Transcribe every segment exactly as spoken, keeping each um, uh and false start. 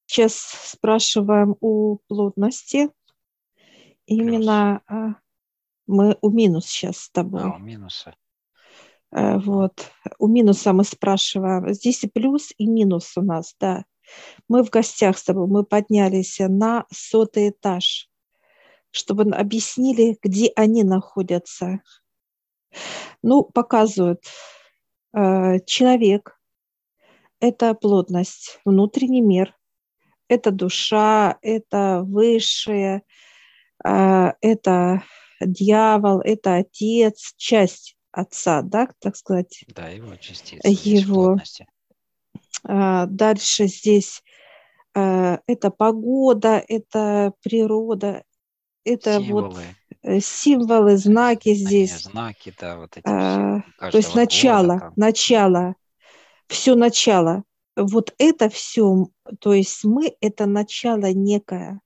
Сейчас спрашиваем у плотности. Плюс. Именно а, мы у минус сейчас с А, у тобой. минуса. Э, Ну, Вот. У минуса мы спрашиваем. Здесь и плюс, и минус у нас, да. Мы в гостях с тобой. Мы поднялись на сотый этаж, чтобы н- объяснили, где они находятся. Ну, показывают. э, Человек– это плотность, внутренний мир. Это душа, это высшее, а, это дьявол, это отец, часть отца, да, так сказать, да, его частица здесь в его. плотности. А, Дальше здесь а, это погода, это природа, это вот Символы, э, символы, э, знаки знания, здесь. знаки, да, вот эти все А, у То есть каждого года начало, там. Мгм. начало, все начало. Вот это все, то есть мы– это начало некое.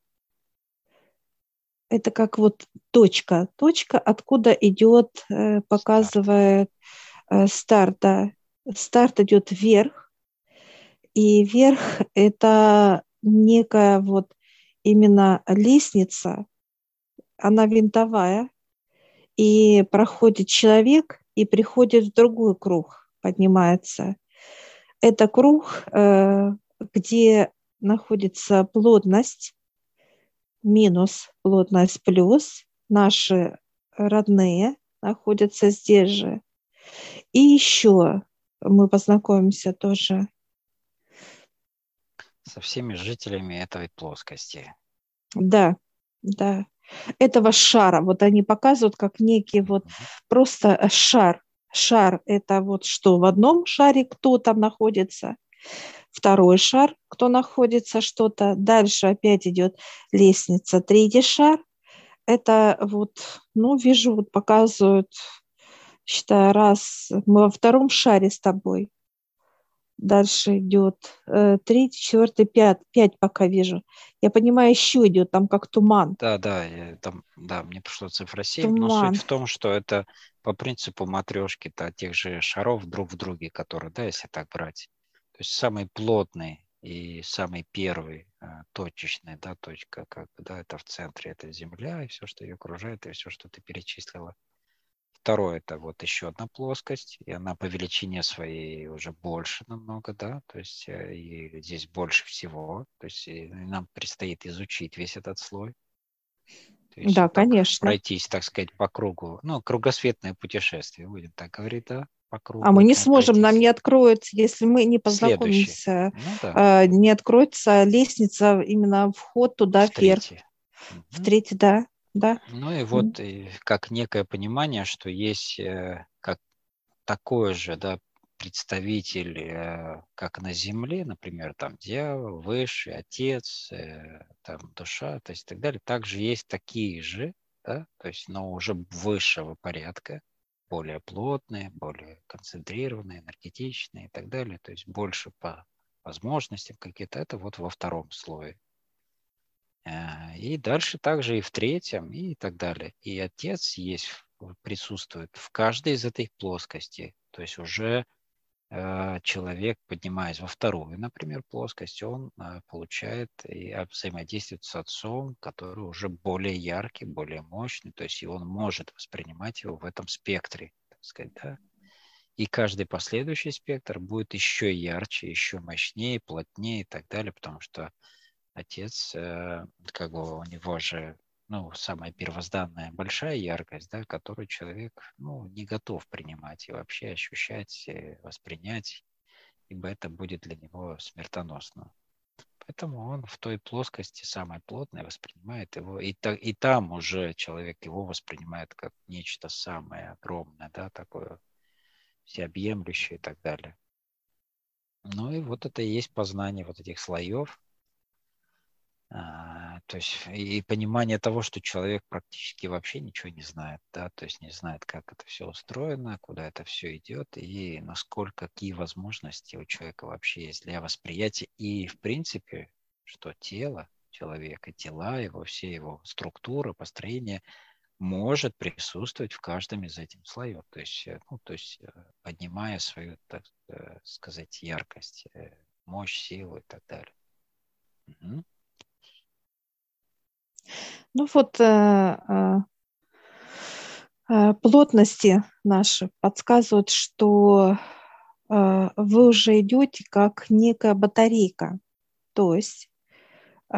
Это как вот точка, точка, откуда идет, э, Старт. показывает э, старт, да. Старт идет вверх, и вверх это некая вот именно лестница, она винтовая, и проходит человек, и приходит в другой круг, поднимается. Это круг, э, где находится плотность, минус плотность плюс, наши родные находятся здесь же. И еще мы познакомимся тоже. Со всеми жителями этой плоскости. Да, да. Этого шара. Вот они показывают как некий вот Мгм. просто шар. Шар– это вот что в одном шаре кто там находится, второй шар, кто находится что-то, дальше опять идет лестница, третий шар. Это вот, ну, вижу, вот показывают, считаю, раз мы во втором шаре с тобой. Дальше идет э, третий, четвертый, пять, пять пока вижу. Я понимаю, еще идет там как туман. Да, да, я там, да, мне пришло цифра семь, но Туман. суть в том, что это по принципу матрешки, да, тех же шаров друг в друге, которые, да, если так брать. То есть самый плотный и самый первый а, точечный, да, точка, как бы, да, это в центре, это Земля, и все, что ее окружает, и все, что ты перечислила. Второе, это вот еще одна плоскость, и она по величине своей уже больше намного, да, то есть э, и здесь больше всего, то есть и нам предстоит изучить весь этот слой. То есть Да, вот так конечно. пройтись, так сказать, по кругу. Ну, кругосветное путешествие, будем так говорить, да? По А кругу мы не этому сможем, нам пройтись. не откроется, если мы не Следующий. познакомимся, Ну да, э, не откроется лестница, именно вход туда в вверх. третий. В Мгм. третий, да, да. Ну и М. вот и как некое понимание, что есть э, как такой же, да, представитель, э, как на Земле, например, там дьявол, высший, отец, э, там душа, то есть и так далее. Также есть такие же, да, то есть, но уже высшего порядка, более плотные, более концентрированные, энергетичные и так далее, то есть больше по возможностям какие-то. Это вот во втором слое. Э, И дальше также и в третьем, и так далее. И отец есть, в- присутствует в каждой из этих плоскостей. То есть уже э, человек, поднимаясь во вторую, например, плоскость, он э, получает и об- взаимодействует с отцом, который уже более яркий, более мощный, то есть и он может воспринимать его в этом спектре, так сказать, да. И каждый последующий спектр будет еще ярче, еще мощнее, плотнее и так далее, потому что отец, э, как бы у него же, ну, самая первозданная большая яркость, да, которую человек, ну, не готов принимать и вообще ощущать, э, воспринять, ибо это будет для него смертоносно. Поэтому он в той плоскости самой плотной воспринимает его, и, та, и там уже человек его воспринимает как нечто самое огромное, да, такое всеобъемлющее и так далее. Ну и вот это и есть познание вот этих слоев. А, то есть и понимание того, что человек практически вообще ничего не знает, да, то есть не знает, как это все устроено, куда это все идет и насколько, какие возможности у человека вообще есть для восприятия и, в принципе, что тело человека, тела его, все его структуры, построение может присутствовать в каждом из этих слоев, то есть, э, ну, то есть э, поднимая свою, так э, сказать, яркость, э, мощь, силу и так далее. М? Ну вот э, э, э, плотности наши подсказывают, что э, вы уже идете как некая батарейка, то есть э,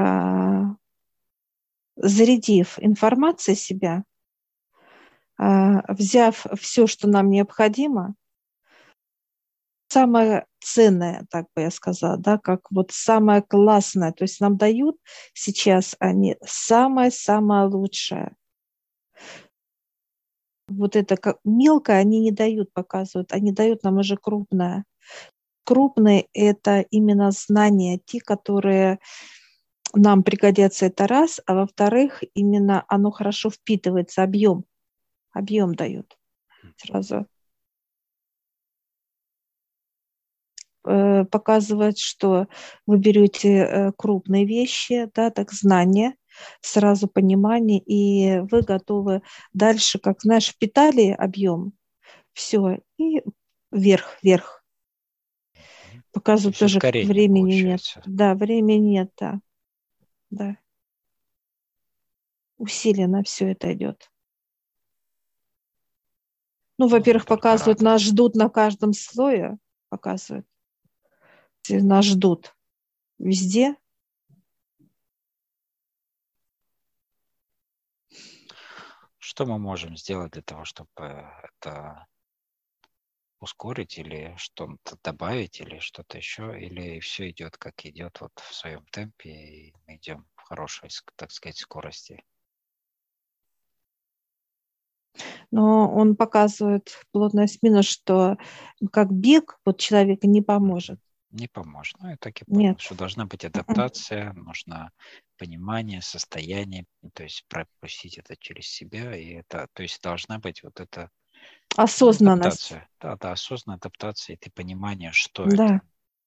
зарядив информацией себя, э, взяв все, что нам необходимо, самое ценное, так бы я сказала, да, как вот самое классное, то есть нам дают сейчас они самое-самое лучшее. Вот это как мелкое они не дают, показывают, они дают нам уже крупное. Крупные – это именно знания, те, которые нам пригодятся, это раз, а во-вторых, именно оно хорошо впитывается, объем, объем дают сразу. Э, показывает, что вы берете э, крупные вещи, да, так знания, сразу понимание, и вы готовы дальше, как, знаешь, впитали объем, все, и вверх, вверх. Мгм. То Показывают есть тоже, как ускорение времени нет. получается. Да, времени нет, да, да. Усиленно все это идет. Ну, Ну, во-первых, это, это показывают, нас радует. ждут на каждом слое, показывают. Нас ждут везде. Что мы можем сделать для того, чтобы это ускорить или что-то добавить или что-то еще, или все идет как идет вот в своем темпе, и мы идем в хорошей, ск- так сказать, скорости. Но он показывает плотность минус, что как бег вот человека не поможет. Мгм. Не поможет. Ну, я так и понял, Нет. что должна быть М-м. адаптация, нужно понимание, состояние, то есть пропустить это через себя, и это, то есть должна быть вот эта, ну, Осознанность. адаптация, да, да, осознанная адаптация, и ты понимание, что Да. это.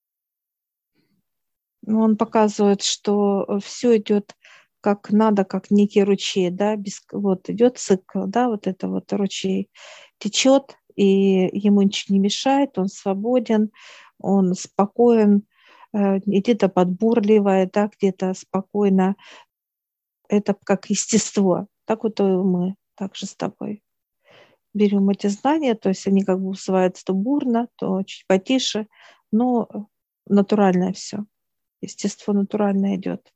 Но он показывает, что все идет как надо, как некий ручей, да, без, вот идет цикл, да, вот это вот ручей течет, и ему ничего не мешает, он свободен, он спокоен, э, и где-то подбурливает, да, где-то спокойно. Это как естество. Так вот и мы также с тобой берем эти знания, то есть они как бы вызываются то бурно, то чуть потише, но натуральное все. Естество натурально идет.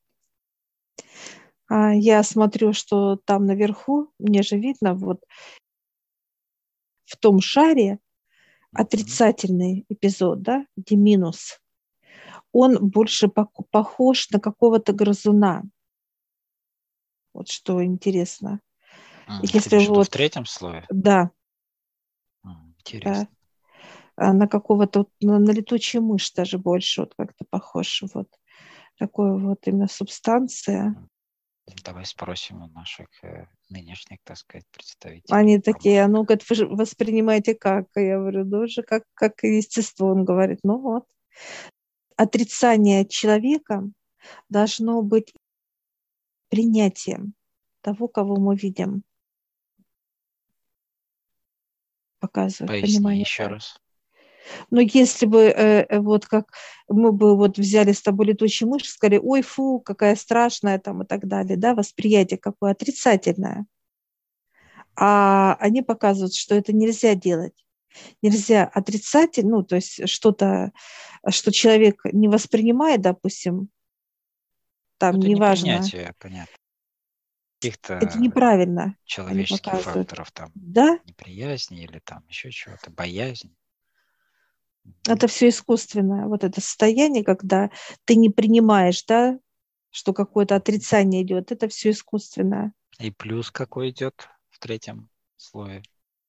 А я смотрю, что там наверху, мне же видно, вот в том шаре Мгм. отрицательный эпизод, да, где минус, он больше пок- похож на какого-то грызуна. Вот что интересно. М, Ты Если имеешь в виду в вот, третьем слое? да, М, да, Интересно. а на какого-то, вот, на, на летучую мышь даже больше вот как-то похож. Вот такой вот именно субстанция. М, Давай спросим у наших э, нынешних, так сказать, представителей Они такие, а информатики. ну, говорит, вы же воспринимаете как? А я говорю, ну же, как, как естество. Он говорит, ну вот. Отрицание человека должно быть принятием того, кого мы видим, показывает Поясни понимание еще так. раз. Но если бы э, э, вот как мы бы вот взяли с тобой летучую мышь, сказали, ой, фу, какая страшная там и так далее, да, восприятие какое отрицательное. А они показывают, что это нельзя делать. Нельзя отрицать, ну, то есть что-то, что человек не воспринимает, допустим, Ну, там это не неважно, принятие, понятно. это Каких-то неправильно, они человеческих показывают. факторов, там, Да, неприязни или там еще чего-то, боязнь. Мгм. это все искусственное. Вот это состояние, когда ты не принимаешь, да, что какое-то Мгм. отрицание идет, это все искусственное. И плюс какой идет в третьем слое?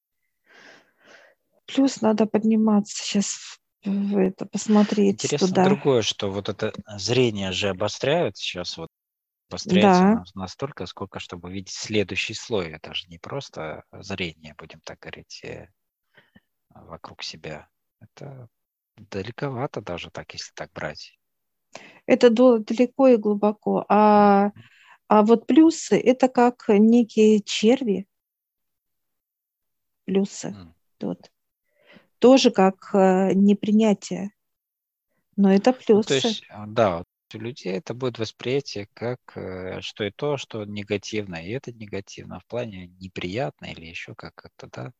Плюс надо подниматься сейчас в это, посмотреть Интересно туда. другое, что вот это зрение же обостряют сейчас, вот обостряется Да, нас настолько, сколько, чтобы видеть следующий слой. Это же не просто зрение, будем так говорить, э, вокруг себя. Это далековато даже так, если так брать. это до- далеко и глубоко. А, Мгм. а вот плюсы – это как некие черви, плюсы. М. Вот. Тоже как э, непринятие, но это Ну, то плюсы. есть, а, да, У людей это будет восприятие как э, что и то, что негативно, и это негативно в плане неприятно или еще как-то, да.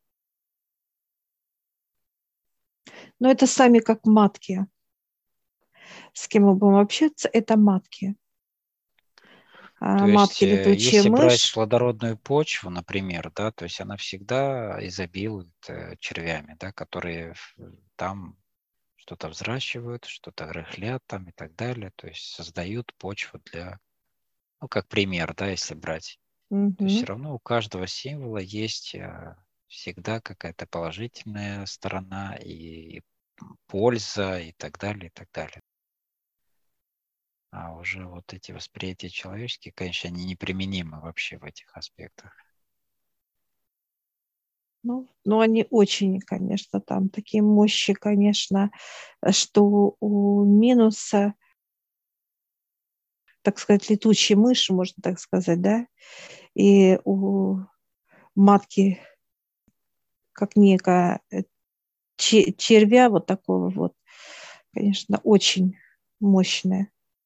Но это сами как матки. С кем мы будем общаться, это матки. То А есть, матки э, летучая если брать мышь. плодородную почву, например, да, то есть она всегда изобилует э, червями, да, которые в- там что-то взращивают, что-то рыхлят там и так далее, то есть создают почву для, ну, как пример, да, если брать. То есть все Мгм. равно у каждого символа есть э, всегда какая-то положительная сторона и польза и так далее, и так далее. А уже вот эти восприятия человеческие, конечно, они неприменимы вообще в этих аспектах. Ну, ну, они очень, конечно, там такие мощи, конечно, что у минуса, так сказать, летучей мыши, можно так сказать, да, и у матки, как некая э, че- червя вот такого вот, конечно, очень мощная.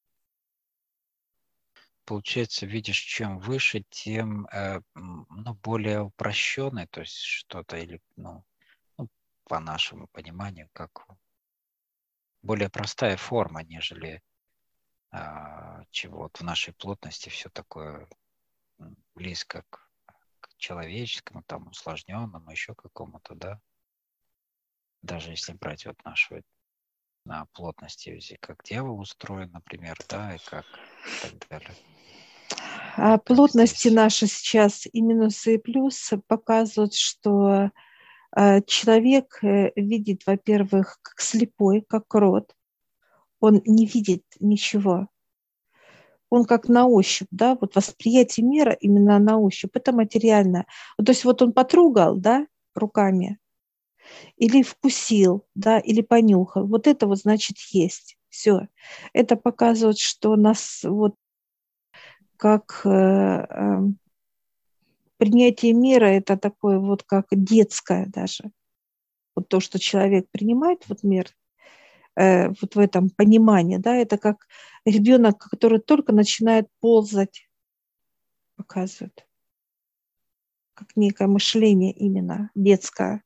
Получается, видишь, чем выше, тем э, м, ну, более упрощенный, то есть что-то или, ну, ну, по нашему пониманию, как более простая форма, нежели а, чего вот в нашей плотности все такое м, близко к, к человеческому, там, усложненному, еще какому-то, да. Даже если брать вот нашу на плотности, если как дьявол устроен, например, да, и как и так далее. А И как плотности здесь. наши сейчас и минусы, и плюсы показывают, что э, человек э, видит, во-первых, как слепой, как крот. Он не видит ничего. Он как на ощупь, да, вот восприятие мира именно на ощупь, это материально. Вот, то есть вот он потрогал, да, руками, или вкусил, да, или понюхал. Вот это вот значит есть. Все. Это показывает, что нас вот как э, э, принятие мира, это такое вот как детское даже. Вот то, что человек принимает вот мир, э, вот в этом понимании, да, это как ребенок, который только начинает ползать, показывает, как некое мышление именно детское.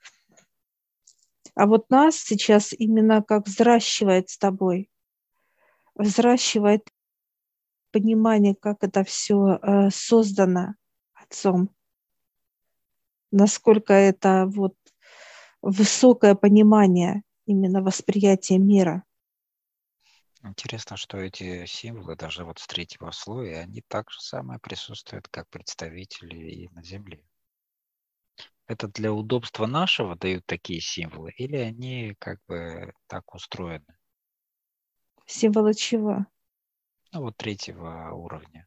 А вот нас сейчас именно как взращивает с тобой, взращивает понимание, как это все э, создано отцом, насколько это вот высокое понимание именно восприятия мира. Интересно, что эти символы, даже вот с третьего слоя, они так же самое присутствуют, как представители и на Земле. Это для удобства нашего дают такие символы, или они как бы так устроены? Символы чего? Ну, вот третьего уровня.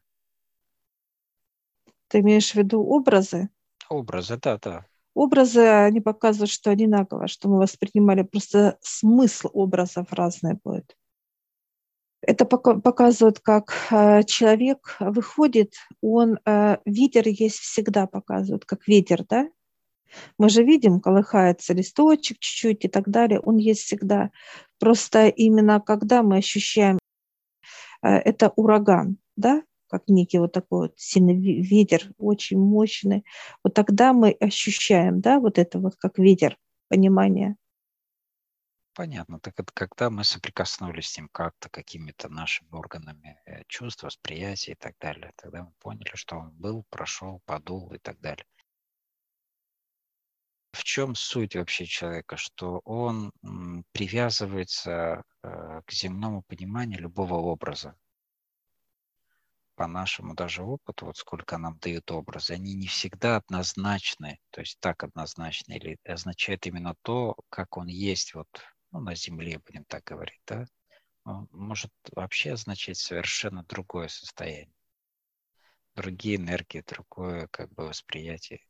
Ты имеешь в виду образы? Образы, да, да. Образы, они показывают, что одинаково, что мы воспринимали, просто смысл образов разный будет. Это пока- показывает, как э, человек выходит, он, э, ветер есть всегда показывает, как ветер, да? Мы же видим, колыхается листочек чуть-чуть и так далее, он есть всегда. Просто именно когда мы ощущаем, э, это ураган, да, как некий вот такой вот сильный ве- ветер, очень мощный, вот тогда мы ощущаем, да, вот это вот как ветер, понимание. Понятно. Так это когда мы соприкоснулись с ним как-то, какими-то нашими органами э, чувств, восприятия и так далее. Тогда мы поняли, что он был, прошел, подул и так далее. В чем суть вообще человека? Что он м, привязывается э, к земному пониманию любого образа. По нашему даже опыту, вот сколько нам дают образы, они не всегда однозначны, то есть так однозначны, или означают именно то, как он есть вот, ну, на Земле, будем так говорить, да? Он может вообще означать совершенно другое состояние, другие энергии, другое как бы восприятие.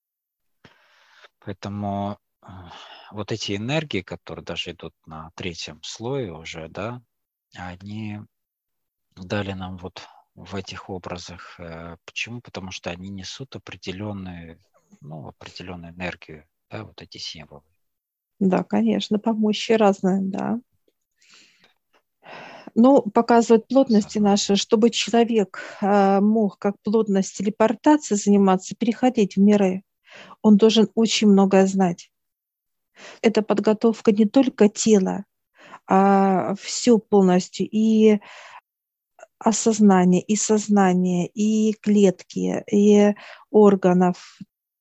Поэтому э, вот эти энергии, которые даже идут на третьем слое уже, да, они дали нам вот в этих образах. Э, Почему? Потому что они несут определенную, ну, определенную энергию, да, вот эти символы. Да, конечно, помощи разные, да. Ну, показывают плотности сознание. наши, чтобы человек э, мог как плотность телепортации заниматься, переходить в миры, он должен очень многое знать. Это подготовка не только тела, а все полностью, и осознание, и сознание, и клетки, и органов,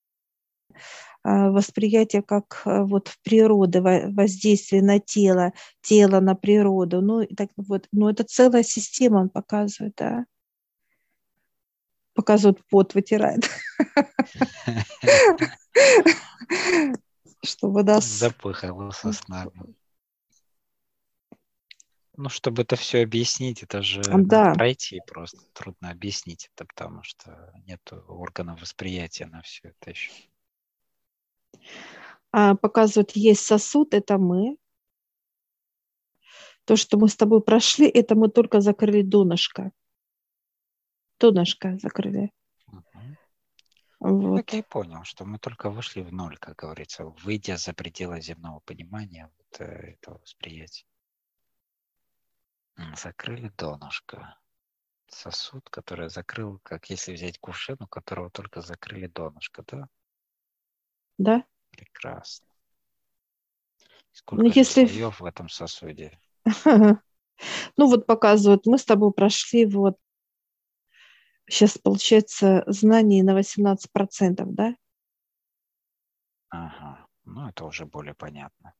а, восприятие как а, вот в природы, во- воздействие на тело, тело на природу. Ну, и так вот, ну, это целая система, он показывает, да. Показывает, пот вытирает, чтобы нас... Запыхало сознание. Ну, чтобы это все объяснить, это же надо Да, пройти просто. Трудно объяснить это, потому что нет органов восприятия на все это еще. а, показывает, есть сосуд, это мы. То, что мы с тобой прошли, это мы только закрыли донышко. Донышко закрыли. Мгм. Ну, как Вот. я и понял, что мы только вышли в ноль, как говорится, выйдя за пределы земного понимания вот, э, этого восприятия. М, Закрыли донышко. Сосуд, который закрыл, как если взять кувшин, у которого только закрыли донышко, да? Да? Прекрасно. Ну, Сколько же если... слоев в этом сосуде? Ну, вот показывают, мы с тобой прошли вот сейчас, получается, знаний на восемнадцать процентов, да? Ага, ну это уже более понятно.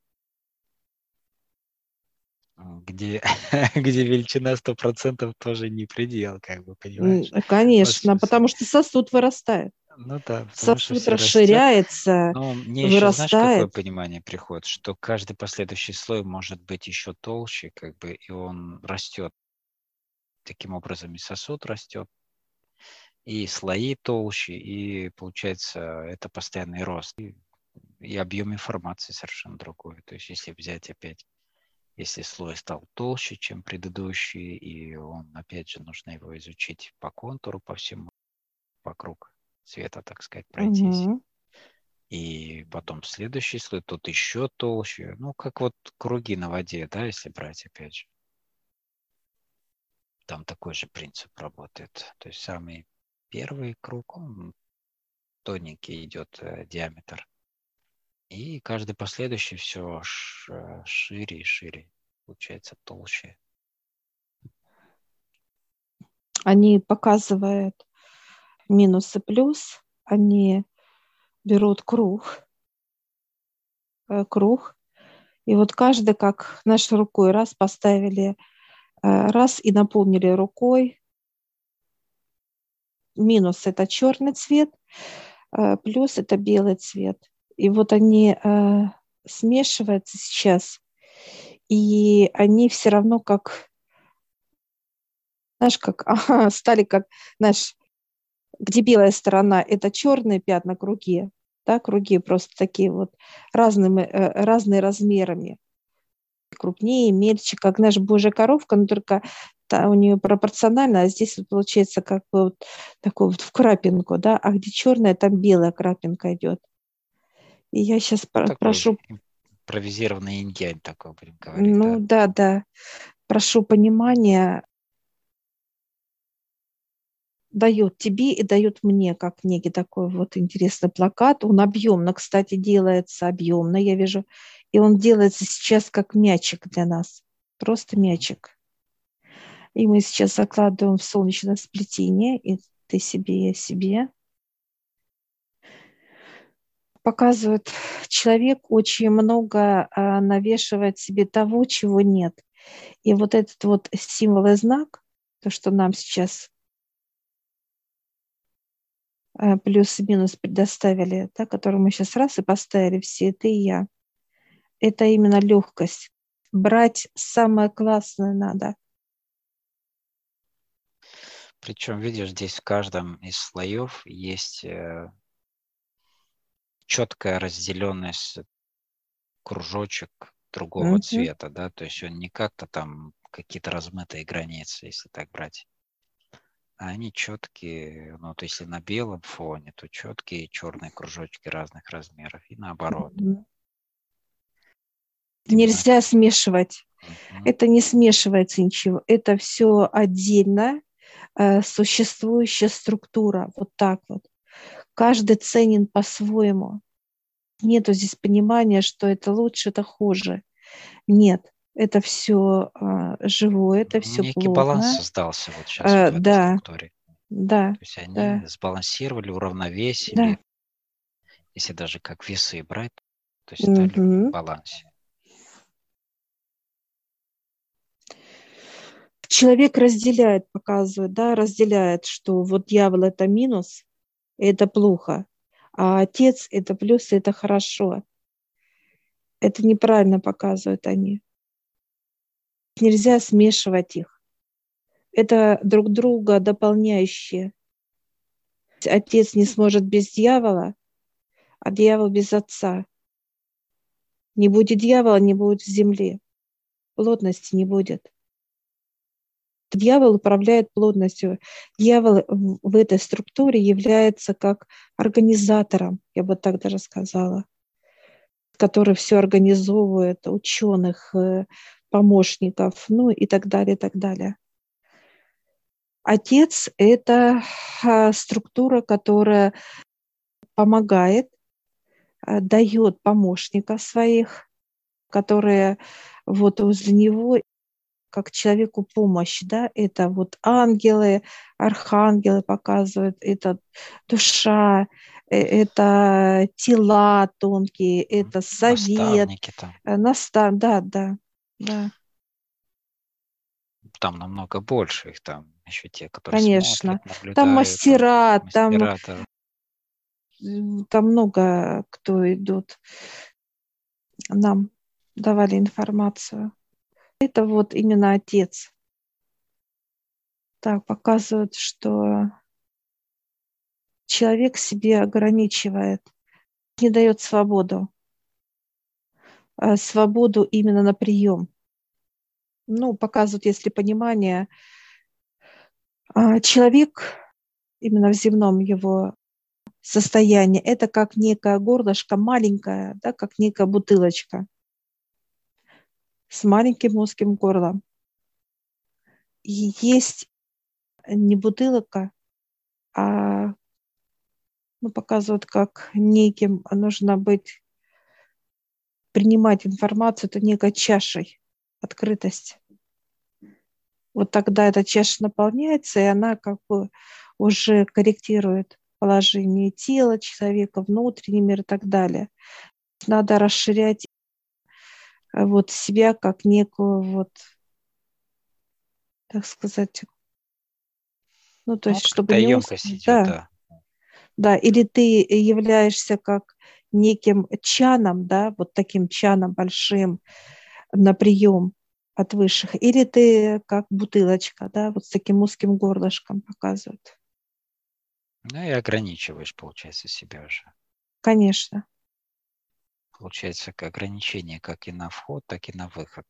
М, Где, где величина сто процентов тоже не предел, как бы, М, понимаешь? Вот в Конечно, чем суть. потому что сосуд вырастает. Ну да, потому что Сосуд все растет. расширяется, Но мне еще, знаешь, какое вырастает. понимание приходит, что каждый последующий слой может быть еще толще, как бы, и он растет. Таким образом и сосуд растет, и слои толще, и получается это постоянный рост. И, и объем информации совершенно другой. То есть если взять опять, если слой стал толще, чем предыдущий, и он, опять же, нужно его изучить по контуру, по всему, вокруг цвета, так сказать, пройтись. Мгм. И потом следующий слой, тот еще толще. Ну, как вот круги на воде, да, если брать, опять же. Там такой же принцип работает. То есть самый первый круг, он тоненький идет э, диаметр. И каждый последующий все шире и шире. Получается толще. Они показывают минус и плюс, они берут круг, э, круг, и вот каждый, как нашей рукой, раз поставили, э, раз и наполнили рукой. Минус – это черный цвет, э, плюс – это белый цвет. И вот они э, смешиваются сейчас, и они все равно как, знаешь, как ага, стали как, знаешь, где белая сторона – это черные пятна, круги, да, круги просто такие вот разными, э, разные размерами, крупнее, мельче, как наша божья коровка, но только та, у нее пропорционально, а здесь вот получается как бы вот такой вот в крапинку, да, а где черная, там белая крапинка идет. И я сейчас Ну, такой прошу, импровизированный инь-янь такой, будем говорить, ну да. да, да, прошу понимания, дает тебе и дает мне, как некий такой вот интересный плакат. Он объемно, кстати, делается объемно, я вижу. И он делается сейчас как мячик для нас. Просто Мгм. мячик. И мы сейчас закладываем в солнечное сплетение. И ты себе, я себе. Показывает, человек очень много а, навешивает себе того, чего нет. И вот этот вот символ и знак, то, что нам сейчас а, плюс и минус предоставили, да, который мы сейчас раз и поставили все, ты и я, это именно легкость. Брать самое классное надо. Причем, видишь, здесь в каждом из слоев есть э, четкая разделенность, кружочек другого Мгм. цвета, да, то есть он не как-то там какие-то размытые границы, если так брать. А они четкие, ну, вот если на белом фоне, то четкие черные кружочки разных размеров и наоборот. Мгм. Именно. Нельзя смешивать. Мгм. Это не смешивается ничего. Это все отдельно э, существующая структура. Вот так вот. Каждый ценен по-своему. Нету здесь понимания, что это лучше, это хуже. Нет. Это все живое, это все Некий баланс плотно. создался вот сейчас Э, вот в этой да, структуре. да, То есть они да, сбалансировали, уравновесили, да. если даже как весы брать, то есть стали в Мгм. балансе. Человек разделяет, показывает, да, разделяет, что вот дьявол – это минус, это плохо, а отец – это плюс, это хорошо. Это неправильно показывают они. Нельзя смешивать их. Это друг друга дополняющие. Отец не сможет без дьявола, а дьявол без отца. Не будет дьявола, не будет земли. Плотности не будет. Дьявол управляет плотностью. Дьявол в этой структуре является как организатором, я бы так даже сказала, который все организовывает, ученых, э, помощников, ну и так далее, и так далее. Отец – это а, структура, которая помогает, а, дает помощника своих, которые вот возле него как человеку помощь, да, это вот ангелы, архангелы показывают, это душа, э, это тела тонкие, М, это совет, Наставники там. э, настав, да, да, да, Там намного больше их там. Еще те, которые конечно. смотрят, Там наблюдают, там мастера, там, мастера, да. м, там много кто идут, нам давали информацию. Это вот именно отец. Так, показывают, что человек себе ограничивает, не дает свободу, а свободу именно на прием. Ну, показывают, если понимание, а, человек именно в земном его состоянии, это как некое горлышко маленькое, да, как некая бутылочка с маленьким узким горлом. И есть не бутылка, а, ну, показывают, как неким нужно быть, принимать информацию, это некой чашей, открытость. Вот тогда эта чаша наполняется, и она как бы уже корректирует положение тела человека, внутренний мир и так далее. Надо расширять э, вот себя как некую вот, так сказать, ну то Ну, есть вот чтобы какая не ус... емкость идет, Да, да. да, или ты являешься как неким чаном, да, вот таким чаном большим на прием от высших, или ты как бутылочка, да, вот с таким узким горлышком показывают. Ну и ограничиваешь, получается, себя уже. Конечно. Получается, как ограничение как и на вход, так и на выход.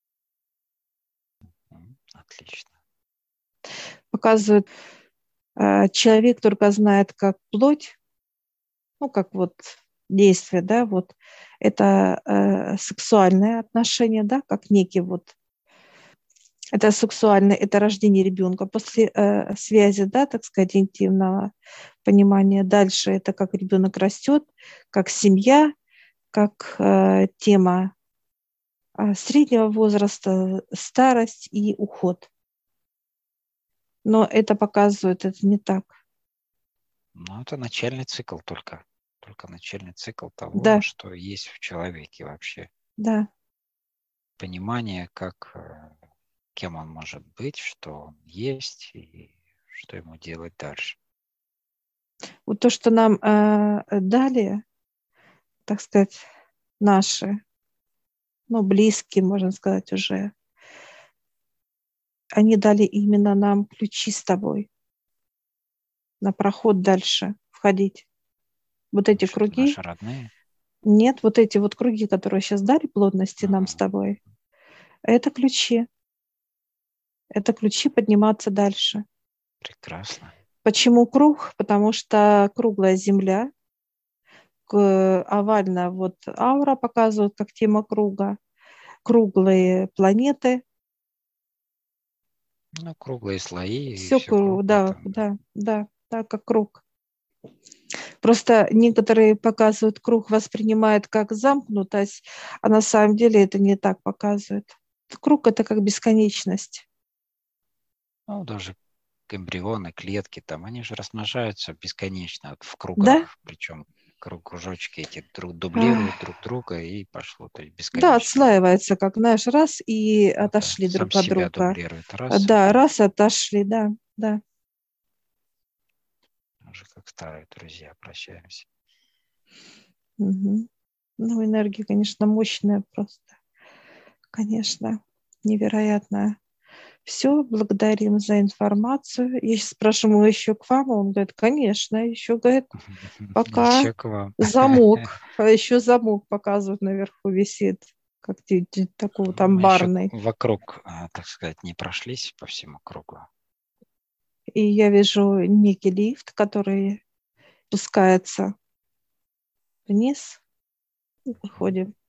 М, Отлично. Показывают, э, человек только знает, как плоть, ну, как вот действие, да, вот это э, сексуальное отношение, да, как некий вот, это сексуальное, это рождение ребенка после э, связи, да, так сказать, интимного понимания. Дальше это как ребенок растет, как семья, как э, тема э, среднего возраста, старость и уход. Но это показывает, это не так. Ну, это начальный цикл только. Только начальный цикл того, Да, что есть в человеке вообще. да. Понимание, как, э, кем он может быть, что он есть и что ему делать дальше. Вот то, что нам э, дали, так сказать, наши, ну, близкие, можно сказать, уже, они дали именно нам ключи с тобой на проход дальше входить. Вот эти Что это круги, наши родные. нет, вот эти вот круги, которые сейчас дали плотности нам с Ага, тобой, это ключи. Это ключи подниматься дальше. прекрасно. Почему круг? Потому что круглая земля, к- овальная вот аура показывает, как тема круга. круглые планеты. Ну, круглые слои, и Все, все круглое да, там. да, да, да, как круг. Просто некоторые показывают круг, воспринимают как замкнутость, а на самом деле это не так показывает. Круг – это как бесконечность. Ну, даже эмбрионы, клетки там, они же размножаются бесконечно в Да? кругах, причем круг, кружочки эти друг, А, дублируют друг друга и пошло, то есть Да, бесконечно. отслаивается, как, знаешь, раз и Да, да, отошли сам друг от себя друга. дублирует раз, Да, и раз отошли, да, да. уже как старые друзья прощаемся. Угу. Ну, энергия, конечно, мощная просто. Конечно, невероятная. Все, благодарим за информацию. Я сейчас спрашиваю еще к вам, а он говорит, конечно, еще, говорит, пока Еще к вам. замок, а еще замок показывают наверху висит, как те- те- такого там Мы еще барный. вокруг, а, так сказать, не прошлись по всему кругу. И я вижу некий лифт, который спускается вниз. И выходим.